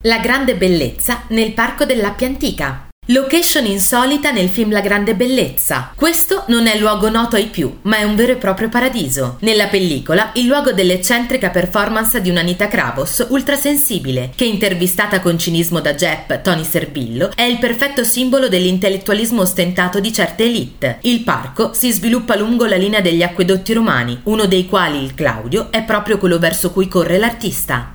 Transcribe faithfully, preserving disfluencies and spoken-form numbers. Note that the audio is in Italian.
La grande bellezza nel parco dell'Appia Antica. Location insolita nel film La grande bellezza. Questo non è luogo noto ai più, ma è un vero e proprio paradiso. Nella pellicola, il luogo dell'eccentrica performance di un'Anita Kravos ultrasensibile, che intervistata con cinismo da Jepp, Tony Servillo, è il perfetto simbolo dell'intellettualismo ostentato di certe elite. Il parco si sviluppa lungo la linea degli acquedotti romani, uno dei quali, il Claudio, è proprio quello verso cui corre l'artista.